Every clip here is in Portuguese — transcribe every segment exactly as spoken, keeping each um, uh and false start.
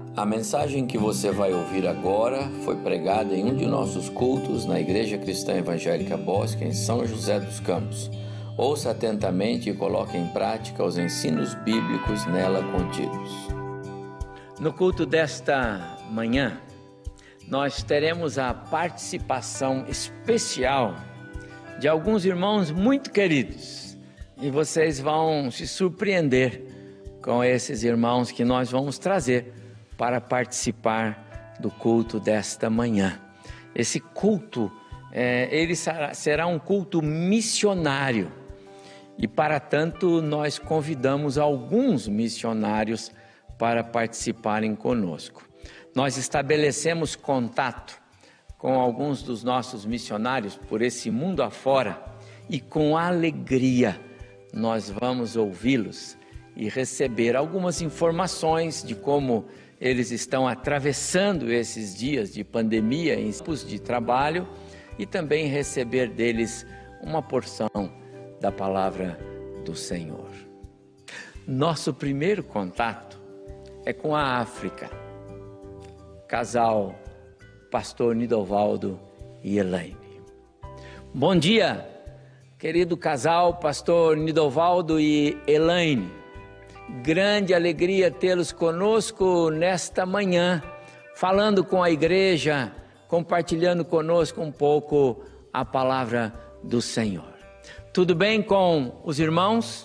A mensagem que você vai ouvir agora foi pregada em um de nossos cultos na Igreja Cristã Evangélica Bosque, em São José dos Campos. Ouça atentamente e coloque em prática os ensinos bíblicos nela contidos. No culto desta manhã, nós teremos a participação especial de alguns irmãos muito queridos. E vocês vão se surpreender com esses irmãos que nós vamos trazer para participar do culto desta manhã. Esse culto, é, ele será, será um culto missionário. E para tanto, nós convidamos alguns missionários para participarem conosco. Nós estabelecemos contato com alguns dos nossos missionários por esse mundo afora e com alegria nós vamos ouvi-los e receber algumas informações de como eles estão atravessando esses dias de pandemia em tempos de trabalho e também receber deles uma porção da palavra do Senhor. Nosso primeiro contato é com a África. Casal, pastor Nidovaldo e Elaine. Bom dia, querido casal, pastor Nidovaldo e Elaine. Grande alegria tê-los conosco nesta manhã, falando com a igreja, compartilhando conosco um pouco a palavra do Senhor. Tudo bem com os irmãos?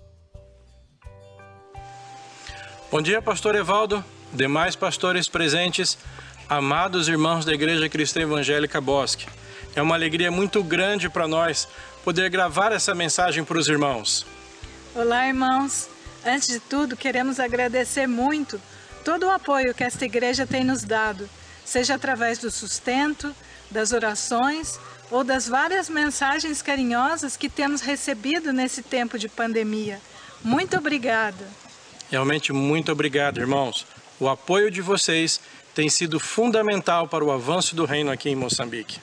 Bom dia, pastor Evaldo, demais pastores presentes, amados irmãos da Igreja Cristã Evangélica Bosque. É uma alegria muito grande para nós poder gravar essa mensagem para os irmãos. Olá, irmãos. Antes de tudo, queremos agradecer muito todo o apoio que esta igreja tem nos dado, seja através do sustento, das orações ou das várias mensagens carinhosas que temos recebido nesse tempo de pandemia. Muito obrigada. Realmente muito obrigado, irmãos. O apoio de vocês tem sido fundamental para o avanço do reino aqui em Moçambique.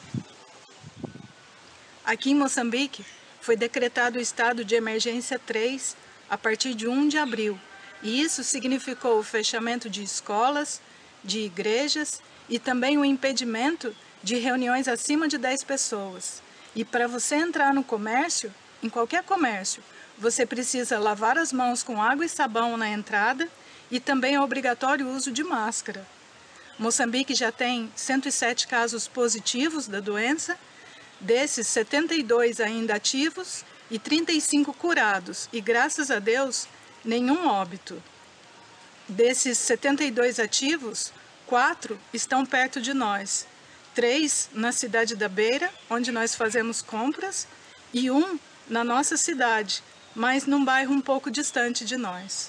Aqui em Moçambique foi decretado o estado de emergência três a partir de primeiro de abril. E isso significou o fechamento de escolas, de igrejas e também o impedimento de reuniões acima de dez pessoas. E para você entrar no comércio, em qualquer comércio, você precisa lavar as mãos com água e sabão na entrada e também é obrigatório o uso de máscara. Moçambique já tem cento e sete casos positivos da doença, desses setenta e dois ainda ativos e trinta e cinco curados, e graças a Deus, nenhum óbito. Desses setenta e dois ativos, quatro estão perto de nós, três na cidade da Beira, onde nós fazemos compras, e um na nossa cidade, mas num bairro um pouco distante de nós.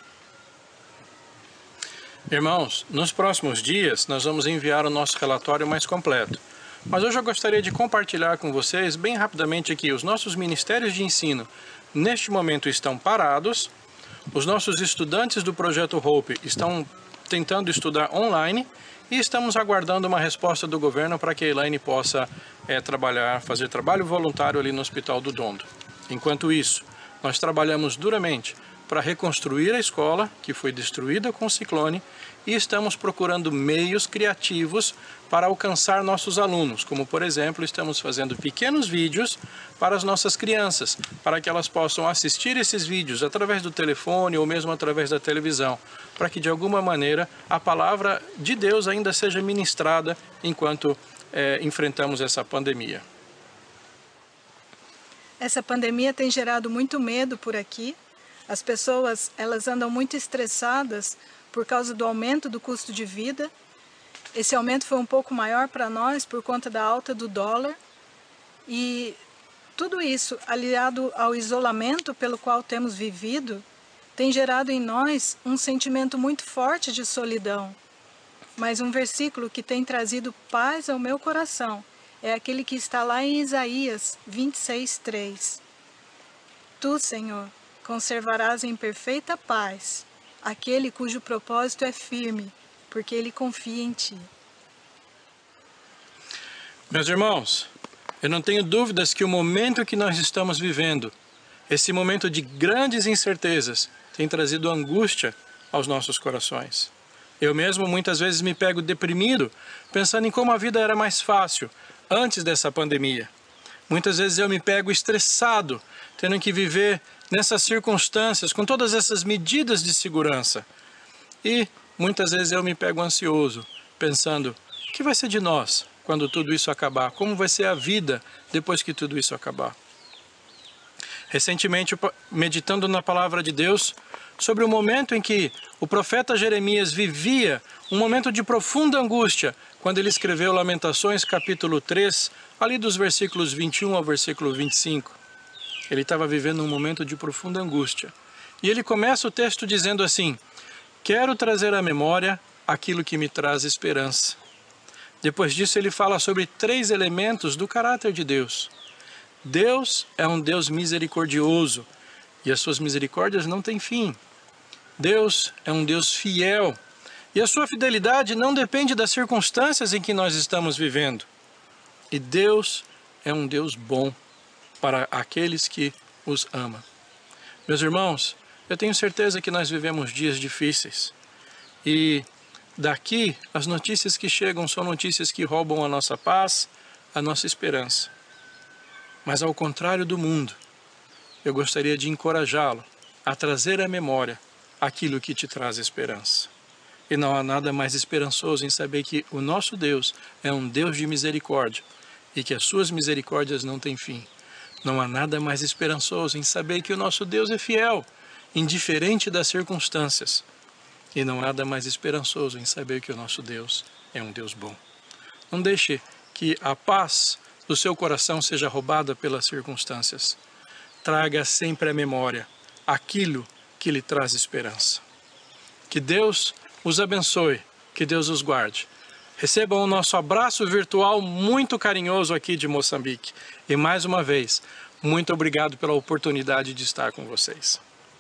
Irmãos, nos próximos dias nós vamos enviar o nosso relatório mais completo. Mas hoje eu gostaria de compartilhar com vocês bem rapidamente aqui, os nossos ministérios de ensino neste momento estão parados, os nossos estudantes do Projeto Hope estão tentando estudar online e estamos aguardando uma resposta do governo para que a Elaine possa é, trabalhar, fazer trabalho voluntário ali no Hospital do Dondo. Enquanto isso, nós trabalhamos duramente para reconstruir a escola, que foi destruída com o ciclone, e estamos procurando meios criativos para alcançar nossos alunos, como, por exemplo, estamos fazendo pequenos vídeos para as nossas crianças, para que elas possam assistir esses vídeos através do telefone ou mesmo através da televisão, para que, de alguma maneira, a palavra de Deus ainda seja ministrada enquanto é, enfrentamos essa pandemia. Essa pandemia tem gerado muito medo por aqui. As pessoas, elas andam muito estressadas por causa do aumento do custo de vida. Esse aumento foi um pouco maior para nós por conta da alta do dólar. E tudo isso, aliado ao isolamento pelo qual temos vivido, tem gerado em nós um sentimento muito forte de solidão. Mas um versículo que tem trazido paz ao meu coração é aquele que está lá em Isaías vinte e seis, três. Tu, Senhor, conservarás em perfeita paz aquele cujo propósito é firme, porque ele confia em ti. Meus irmãos, eu não tenho dúvidas que o momento que nós estamos vivendo, esse momento de grandes incertezas, tem trazido angústia aos nossos corações. Eu mesmo muitas vezes me pego deprimido, pensando em como a vida era mais fácil antes dessa pandemia. Muitas vezes eu me pego estressado, tendo que viver nessas circunstâncias, com todas essas medidas de segurança. E muitas vezes eu me pego ansioso, pensando, o que vai ser de nós quando tudo isso acabar? Como vai ser a vida depois que tudo isso acabar? Recentemente, meditando na palavra de Deus, sobre o momento em que o profeta Jeremias vivia um momento de profunda angústia, quando ele escreveu Lamentações capítulo três, ali dos versículos vinte e um ao versículo vinte e cinco. Ele estava vivendo um momento de profunda angústia. E ele começa o texto dizendo assim, quero trazer à memória aquilo que me traz esperança. Depois disso ele fala sobre três elementos do caráter de Deus. Deus é um Deus misericordioso e as suas misericórdias não têm fim. Deus é um Deus fiel e a sua fidelidade não depende das circunstâncias em que nós estamos vivendo. E Deus é um Deus bom para aqueles que os amam. Meus irmãos, eu tenho certeza que nós vivemos dias difíceis e daqui as notícias que chegam são notícias que roubam a nossa paz, a nossa esperança. Mas ao contrário do mundo, eu gostaria de encorajá-lo a trazer à memória aquilo que te traz esperança. E não há nada mais esperançoso em saber que o nosso Deus é um Deus de misericórdia e que as suas misericórdias não têm fim. Não há nada mais esperançoso em saber que o nosso Deus é fiel, indiferente das circunstâncias. E não há nada mais esperançoso em saber que o nosso Deus é um Deus bom. Não deixe que a paz do seu coração seja roubada pelas circunstâncias. Traga sempre à memória aquilo que lhe traz esperança. Que Deus os abençoe, que Deus os guarde. Recebam o nosso abraço virtual muito carinhoso aqui de Moçambique. E mais uma vez, muito obrigado pela oportunidade de estar com vocês.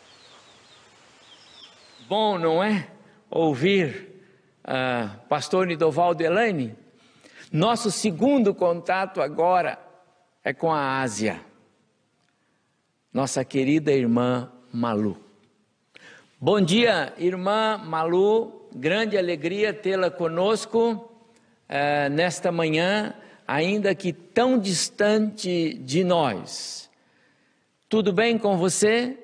Bom, não é? Ouvir uh, pastor Nidovaldo Elaine. Nosso segundo contato agora é com a Ásia. Nossa querida irmã Malu. Bom dia, irmã Malu. Grande alegria tê-la conosco uh, nesta manhã, ainda que tão distante de nós. Tudo bem com você?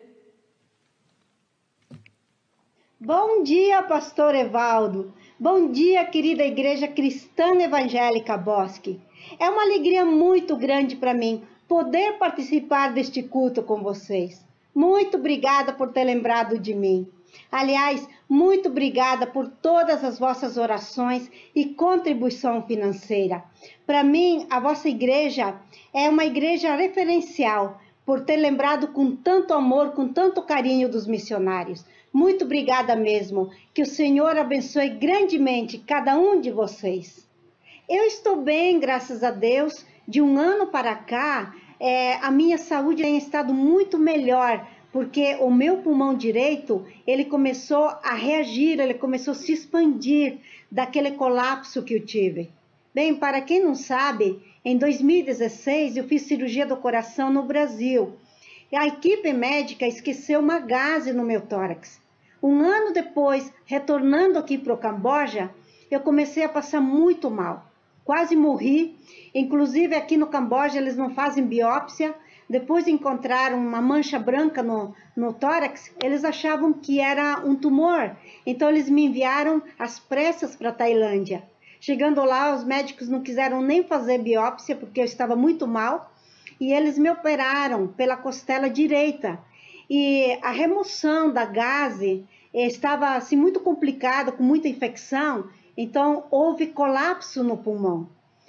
Bom dia, pastor Evaldo. Bom dia, querida Igreja Cristã Evangélica Bosque. É uma alegria muito grande para mim poder participar deste culto com vocês. Muito obrigada por ter lembrado de mim. Aliás, muito obrigada por todas as vossas orações e contribuição financeira. Para mim, a vossa igreja é uma igreja referencial por ter lembrado com tanto amor, com tanto carinho dos missionários. Muito obrigada mesmo. Que o Senhor abençoe grandemente cada um de vocês. Eu estou bem, graças a Deus. De um ano para cá, é, a minha saúde tem estado muito melhor, porque o meu pulmão direito, ele começou a reagir, ele começou a se expandir daquele colapso que eu tive. Bem, para quem não sabe, em dois mil e dezesseis eu fiz cirurgia do coração no Brasil. E a equipe médica esqueceu uma gaze no meu tórax. Um ano depois, retornando aqui para o Camboja, eu comecei a passar muito mal. Quase morri. Inclusive aqui no Camboja eles não fazem biópsia. Depois de encontrar uma mancha branca no, no tórax, eles achavam que era um tumor. Então eles me enviaram às pressas para a Tailândia. Chegando lá, os médicos não quiseram nem fazer biópsia porque eu estava muito mal. E eles me operaram pela costela direita. E a remoção da gaze estava assim, muito complicada, com muita infecção. Então houve colapso no pulmão.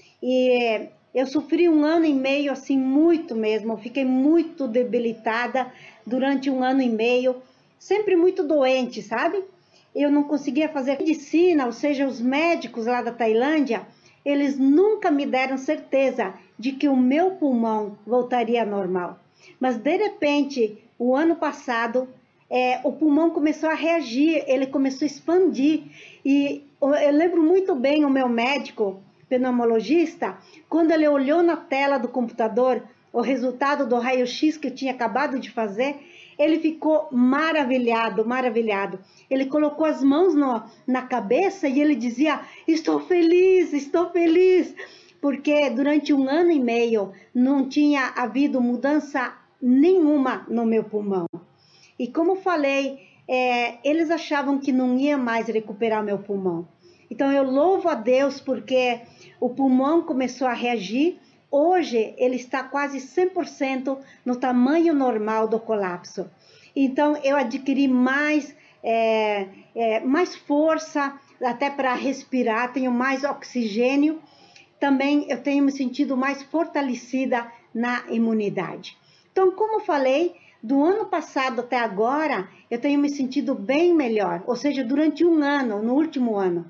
E eu sofri um ano e meio assim, muito mesmo. Eu fiquei muito debilitada durante um ano e meio. Sempre muito doente, sabe? Eu não conseguia fazer medicina, ou seja, os médicos lá da Tailândia, eles nunca me deram certeza de que o meu pulmão voltaria ao normal. Mas, de repente, o ano passado, é, o pulmão começou a reagir, ele começou a expandir. E eu lembro muito bem o meu médico, pneumologista, quando ele olhou na tela do computador o resultado do raio-x que eu tinha acabado de fazer, Ele ficou maravilhado, maravilhado. Ele colocou as mãos no, na cabeça e ele dizia, estou feliz, estou feliz. Porque durante um ano e meio não tinha havido mudança nenhuma no meu pulmão. E como falei, é, eles achavam que não ia mais recuperar meu pulmão. Então eu louvo a Deus porque o pulmão começou a reagir. Hoje ele está quase cem por cento no tamanho normal do colapso. Então eu adquiri mais, é, é, mais força até para respirar, tenho mais oxigênio. Também eu tenho me sentido mais fortalecida na imunidade. Então, como falei, do ano passado até agora, eu tenho me sentido bem melhor. Ou seja, durante um ano, no último ano.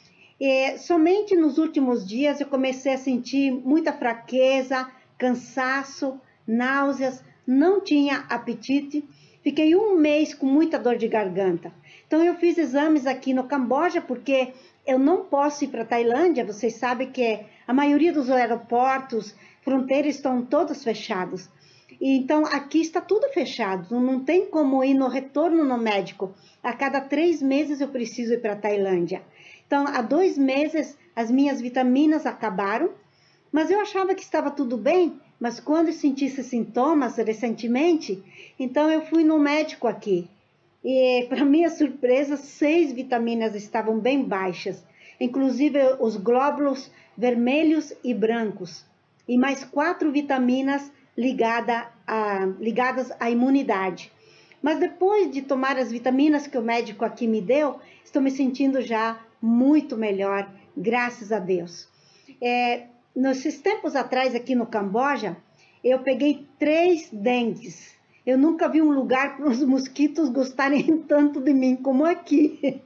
E somente nos últimos dias eu comecei a sentir muita fraqueza, cansaço, náuseas, não tinha apetite. Fiquei um mês com muita dor de garganta. Então, eu fiz exames aqui no Camboja, porque eu não posso ir para a Tailândia. Vocês sabem que a maioria dos aeroportos, fronteiras estão todos fechados. Então, aqui está tudo fechado. Não tem como ir no retorno no médico. A cada três meses eu preciso ir para a Tailândia. Então, há dois meses as minhas vitaminas acabaram. Mas eu achava que estava tudo bem. Mas quando eu senti esses sintomas recentemente, então eu fui no médico aqui. E, para minha surpresa, seis vitaminas estavam bem baixas. Inclusive os glóbulos vermelhos e brancos. E mais quatro vitaminas ligada a, ligadas à imunidade. Mas depois de tomar as vitaminas que o médico aqui me deu, estou me sentindo já muito melhor, graças a Deus. É, nesses tempos atrás aqui no Camboja, eu peguei três dengues. Eu nunca vi um lugar para os mosquitos gostarem tanto de mim como aqui.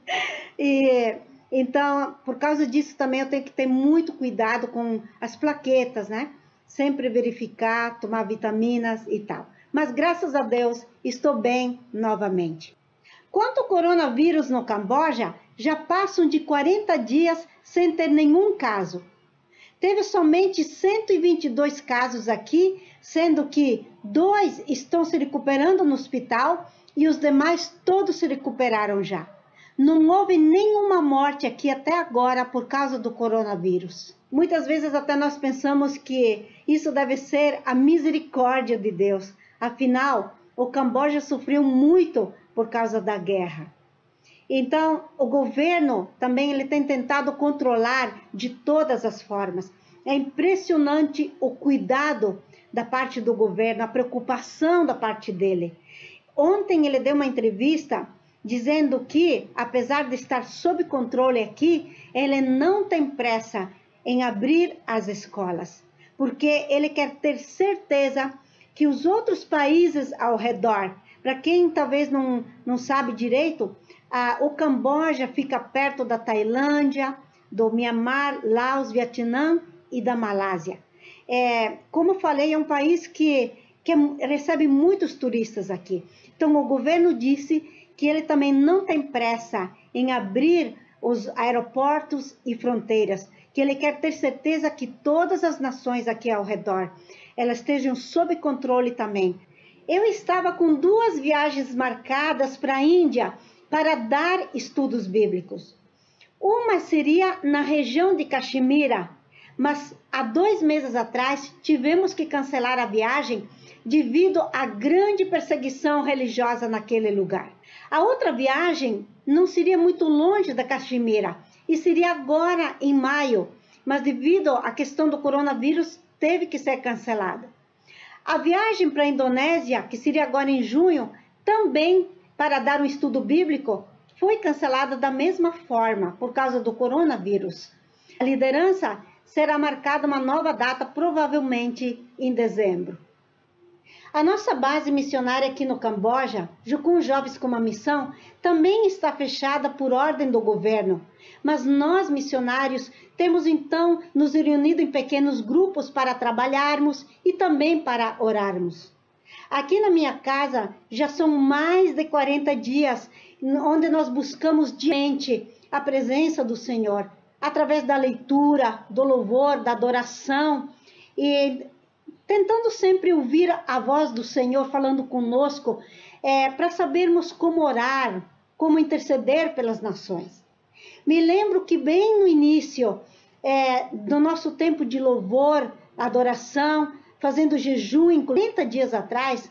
E, então, por causa disso também eu tenho que ter muito cuidado com as plaquetas, né? Sempre verificar, tomar vitaminas e tal. Mas graças a Deus estou bem novamente. Quanto ao coronavírus no Camboja, já passam de quarenta dias sem ter nenhum caso. Teve somente cento e vinte e dois casos aqui, sendo que dois estão se recuperando no hospital e os demais todos se recuperaram já. Não houve nenhuma morte aqui até agora por causa do coronavírus. Muitas vezes até nós pensamos que isso deve ser a misericórdia de Deus. Afinal, o Camboja sofreu muito por causa da guerra. Então, o governo também ele tem tentado controlar de todas as formas. É impressionante o cuidado da parte do governo, a preocupação da parte dele. Ontem ele deu uma entrevista dizendo que, apesar de estar sob controle aqui, ele não tem pressa em abrir as escolas, porque ele quer ter certeza que os outros países ao redor, para quem talvez não, não sabe direito, ah, o Camboja fica perto da Tailândia, do Mianmar, Laos, Vietnã e da Malásia. É, como falei, é um país que, que recebe muitos turistas aqui. Então, o governo disse que ele também não tem pressa em abrir os aeroportos e fronteiras, que ele quer ter certeza que todas as nações aqui ao redor, elas estejam sob controle também. Eu estava com duas viagens marcadas para a Índia para dar estudos bíblicos. Uma seria na região de Caxemira, mas há dois meses atrás tivemos que cancelar a viagem devido à grande perseguição religiosa naquele lugar. A outra viagem não seria muito longe da Caxemira e seria agora em maio, mas devido à questão do coronavírus teve que ser cancelada. A viagem para a Indonésia, que seria agora em junho, também para dar um estudo bíblico, foi cancelada da mesma forma por causa do coronavírus. A liderança será marcada uma nova data, provavelmente em dezembro. A nossa base missionária aqui no Camboja, com os Jovens com uma Missão, também está fechada por ordem do governo. Mas nós, missionários, temos então nos reunido em pequenos grupos para trabalharmos e também para orarmos. Aqui na minha casa já são mais de quarenta dias onde nós buscamos diariamente a presença do Senhor, através da leitura, do louvor, da adoração e tentando sempre ouvir a voz do Senhor falando conosco é, para sabermos como orar, como interceder pelas nações. Me lembro que bem no início é, do nosso tempo de louvor, adoração, fazendo jejum, em quarenta dias atrás,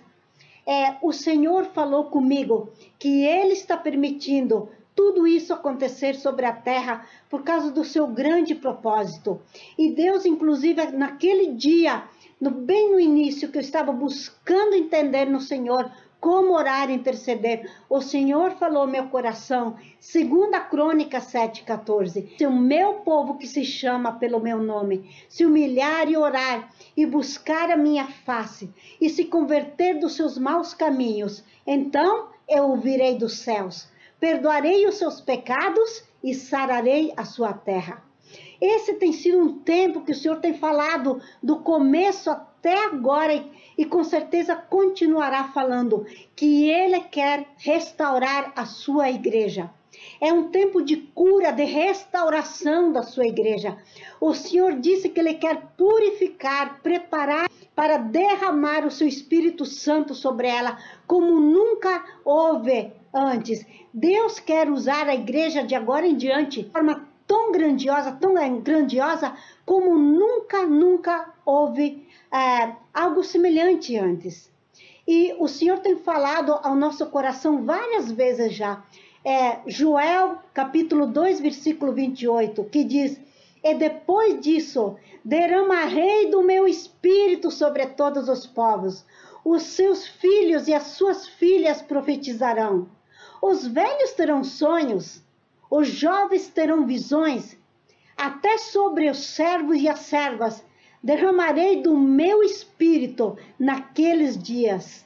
é, o Senhor falou comigo que Ele está permitindo tudo isso acontecer sobre a terra por causa do seu grande propósito. E Deus, inclusive, naquele dia, no, bem no início, que eu estava buscando entender no Senhor como orar e interceder, o Senhor falou ao meu coração, segunda Crônica sete, quatorze, se o meu povo que se chama pelo meu nome, se humilhar e orar, e buscar a minha face, e se converter dos seus maus caminhos, então eu ouvirei dos céus, perdoarei os seus pecados e sararei a sua terra. Esse tem sido um tempo que o Senhor tem falado do começo até agora e, e com certeza continuará falando que Ele quer restaurar a sua igreja. É um tempo de cura, de restauração da sua igreja. O Senhor disse que Ele quer purificar, preparar para derramar o seu Espírito Santo sobre ela como nunca houve antes. Deus quer usar a igreja de agora em diante de forma tão grandiosa, tão grandiosa, como nunca, nunca houve é, algo semelhante antes. E o Senhor tem falado ao nosso coração várias vezes já. É, Joel, capítulo dois, versículo vinte e oito, que diz, e depois disso, derramarei do meu espírito sobre todos os povos. Os seus filhos e as suas filhas profetizarão. Os velhos terão sonhos. Os jovens terão visões, até sobre os servos e as servas, derramarei do meu espírito naqueles dias.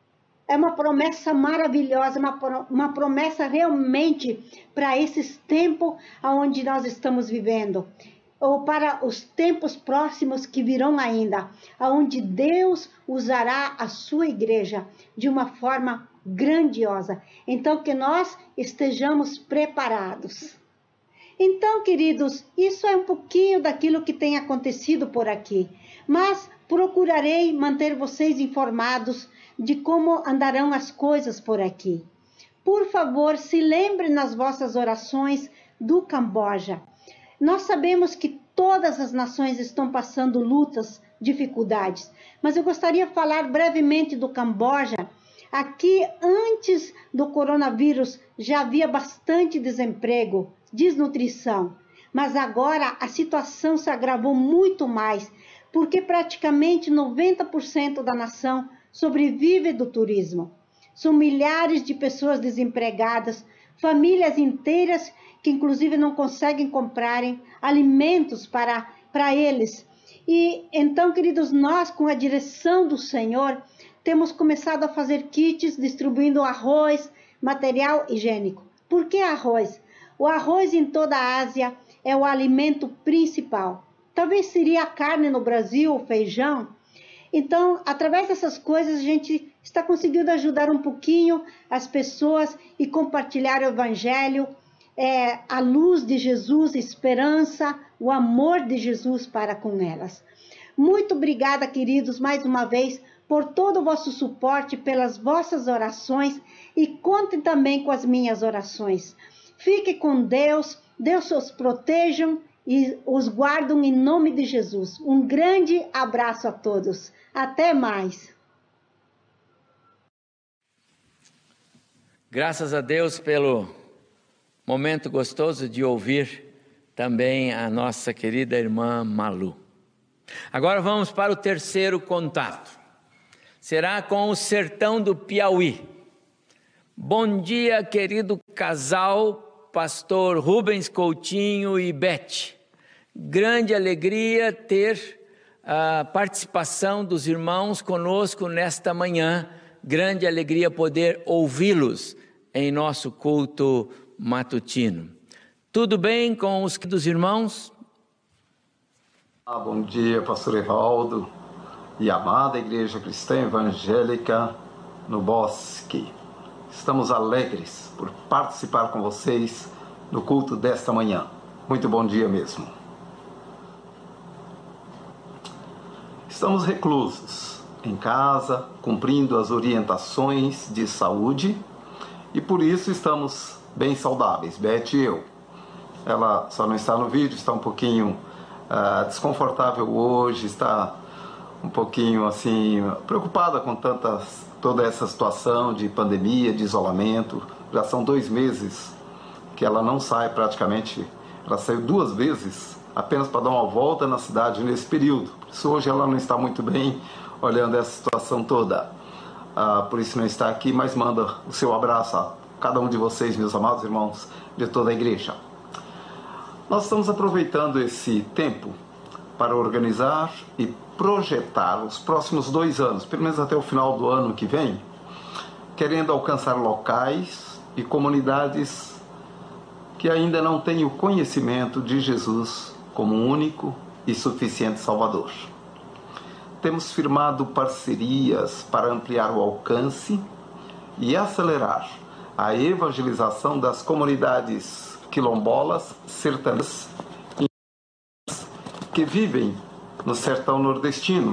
É uma promessa maravilhosa, uma, uma promessa realmente para esses tempos onde nós estamos vivendo, ou para os tempos próximos que virão ainda, onde Deus usará a sua igreja de uma forma grandiosa. Então, que nós estejamos preparados. Então, queridos, isso é um pouquinho daquilo que tem acontecido por aqui. Mas procurarei manter vocês informados de como andarão as coisas por aqui. Por favor, se lembrem nas vossas orações do Camboja. Nós sabemos que todas as nações estão passando lutas, dificuldades. Mas eu gostaria de falar brevemente do Camboja. Aqui, antes do coronavírus, já havia bastante desemprego, desnutrição. Mas agora a situação se agravou muito mais, porque praticamente noventa por cento da nação sobrevive do turismo. São milhares de pessoas desempregadas, famílias inteiras que inclusive não conseguem comprarem alimentos para, para eles. E então, queridos, nós com a direção do Senhor, temos começado a fazer kits distribuindo arroz, material higiênico. Por que arroz? O arroz em toda a Ásia é o alimento principal. Talvez seria a carne no Brasil, o feijão. Então, através dessas coisas, a gente está conseguindo ajudar um pouquinho as pessoas e compartilhar o Evangelho, é, a luz de Jesus, a esperança, o amor de Jesus para com elas. Muito obrigada, queridos, mais uma vez, por todo o vosso suporte, pelas vossas orações e contem também com as minhas orações. Fique com Deus, Deus os protejam e os guardam em nome de Jesus. Um grande abraço a todos. Até mais. Graças a Deus pelo momento gostoso de ouvir também a nossa querida irmã Malu. Agora vamos para o terceiro contato. Será com o sertão do Piauí. Bom dia, querido casal, pastor Rubens Coutinho e Beth. Grande alegria ter a participação dos irmãos conosco nesta manhã. Grande alegria poder ouvi-los em nosso culto matutino. Tudo bem com os queridos irmãos? Ah, bom dia, pastor Evaldo e amada Igreja Cristã Evangélica no Bosque. Estamos alegres por participar com vocês no culto desta manhã. Muito bom dia mesmo. Estamos reclusos, em casa, cumprindo as orientações de saúde, e por isso estamos bem saudáveis, Beth e eu. Ela só não está no vídeo, está um pouquinho uh, desconfortável hoje, está um pouquinho assim preocupada com tantas, toda essa situação de pandemia, de isolamento. Já são dois meses que ela não sai praticamente. Ela saiu duas vezes apenas para dar uma volta na cidade nesse período. Por isso hoje ela não está muito bem olhando essa situação toda. Ah, por isso não está aqui, mas manda o seu abraço a cada um de vocês, meus amados irmãos de toda a igreja. Nós estamos aproveitando esse tempo para organizar e projetar os próximos dois anos, pelo menos até o final do ano que vem, querendo alcançar locais e comunidades que ainda não têm o conhecimento de Jesus como único e suficiente Salvador. Temos firmado parcerias para ampliar o alcance e acelerar a evangelização das comunidades quilombolas, sertanejas, que vivem no sertão nordestino.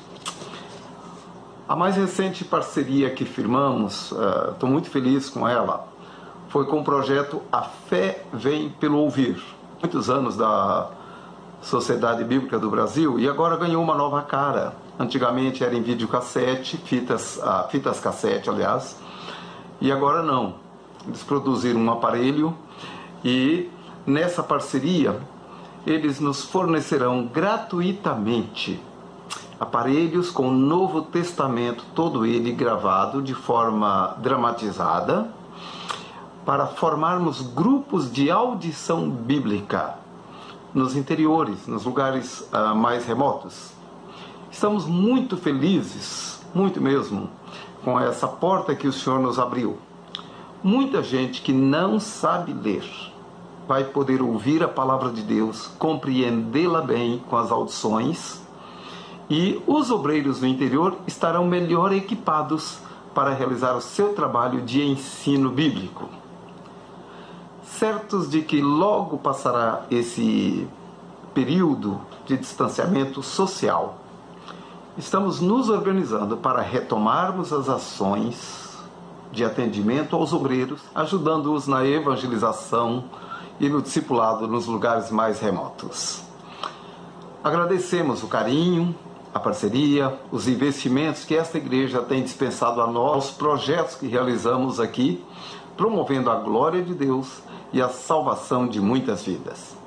A mais recente parceria que firmamos, estou uh, muito feliz com ela, foi com o projeto A Fé Vem Pelo Ouvir. Muitos anos da Sociedade Bíblica do Brasil, e agora ganhou uma nova cara. Antigamente era em videocassete, fitas, uh, fitas cassete, aliás, e agora não. Eles produziram um aparelho e nessa parceria eles nos fornecerão gratuitamente aparelhos com o Novo Testamento, todo ele gravado de forma dramatizada, para formarmos grupos de audição bíblica nos interiores, nos lugares uh, mais remotos. Estamos muito felizes, muito mesmo, com essa porta que o Senhor nos abriu. Muita gente que não sabe ler vai poder ouvir a palavra de Deus, compreendê-la bem com as audições, e os obreiros do interior estarão melhor equipados para realizar o seu trabalho de ensino bíblico. Certos de que logo passará esse período de distanciamento social, estamos nos organizando para retomarmos as ações de atendimento aos obreiros, ajudando-os na evangelização e no discipulado nos lugares mais remotos. Agradecemos o carinho, a parceria, os investimentos que esta igreja tem dispensado a nós, os projetos que realizamos aqui, promovendo a glória de Deus e a salvação de muitas vidas.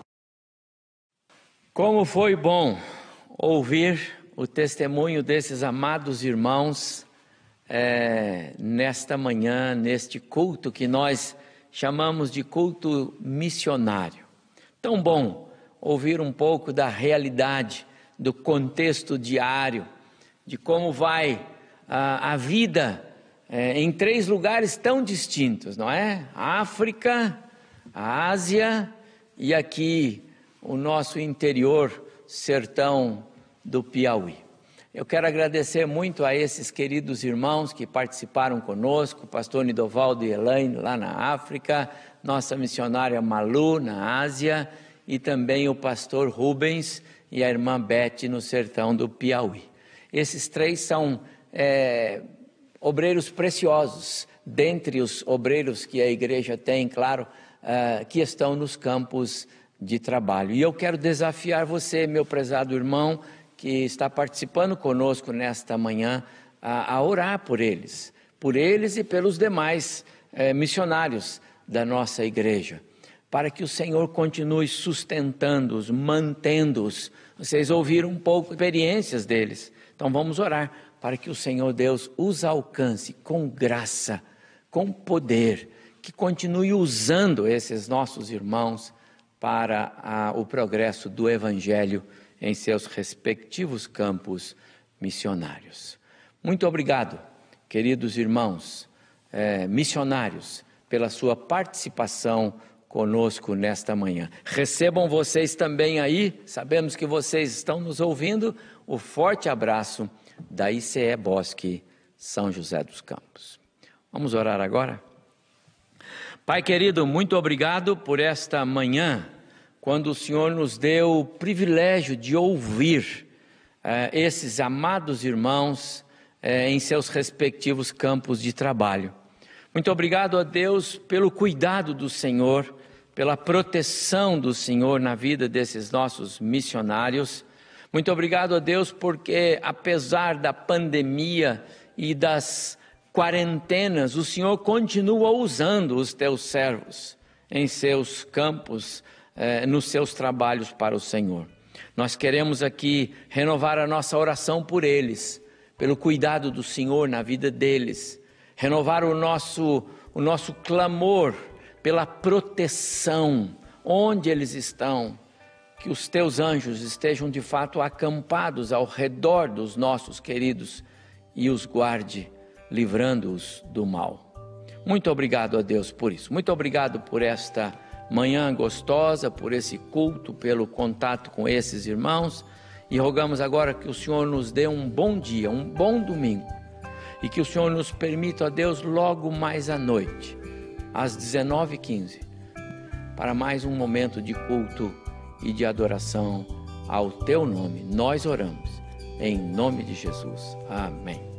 Como foi bom ouvir o testemunho desses amados irmãos é, nesta manhã, neste culto que nós chamamos de culto missionário. Tão bom ouvir um pouco da realidade, do contexto diário, de como vai a, a vida é, em três lugares tão distintos, não é? A África, a Ásia e aqui o nosso interior, sertão do Piauí. Eu quero agradecer muito a esses queridos irmãos que participaram conosco, o pastor Nidovaldo e Elaine lá na África, nossa missionária Malu na Ásia e também o pastor Rubens e a irmã Beth no sertão do Piauí. Esses três são é, obreiros preciosos, dentre os obreiros que a igreja tem, claro, uh, que estão nos campos de trabalho. E eu quero desafiar você, meu prezado irmão, que está participando conosco nesta manhã, a, a orar por eles, por eles e pelos demais eh, missionários da nossa igreja, para que o Senhor continue sustentando-os, mantendo-os. Vocês ouviram um pouco experiências deles, então vamos orar para que o Senhor Deus os alcance com graça, com poder, que continue usando esses nossos irmãos para a, o progresso do Evangelho em seus respectivos campos missionários. Muito obrigado, queridos irmãos eh, missionários, pela sua participação conosco nesta manhã. Recebam vocês também aí, sabemos que vocês estão nos ouvindo, o forte abraço da I C E Bosque São José dos Campos. Vamos orar agora? Pai querido, muito obrigado por esta manhã, quando o Senhor nos deu o privilégio de ouvir uh, esses amados irmãos é, em seus respectivos campos de trabalho. Muito obrigado a Deus pelo cuidado do Senhor, pela proteção do Senhor na vida desses nossos missionários. Muito obrigado a Deus porque, apesar da pandemia e das quarentenas, o Senhor continua usando os teus servos em seus campos, eh, nos seus trabalhos para o Senhor. Nós queremos aqui renovar a nossa oração por eles, pelo cuidado do Senhor na vida deles, renovar o nosso, o nosso clamor pela proteção, onde eles estão, que os teus anjos estejam de fato acampados ao redor dos nossos queridos e os guarde, livrando-os do mal. Muito obrigado a Deus por isso. Muito obrigado por esta manhã gostosa, por esse culto, pelo contato com esses irmãos. E rogamos agora que o Senhor nos dê um bom dia, um bom domingo. E que o Senhor nos permita, ó Deus, logo mais à noite, às dezenove e quinze, para mais um momento de culto e de adoração ao teu nome. Nós oramos em nome de Jesus. Amém.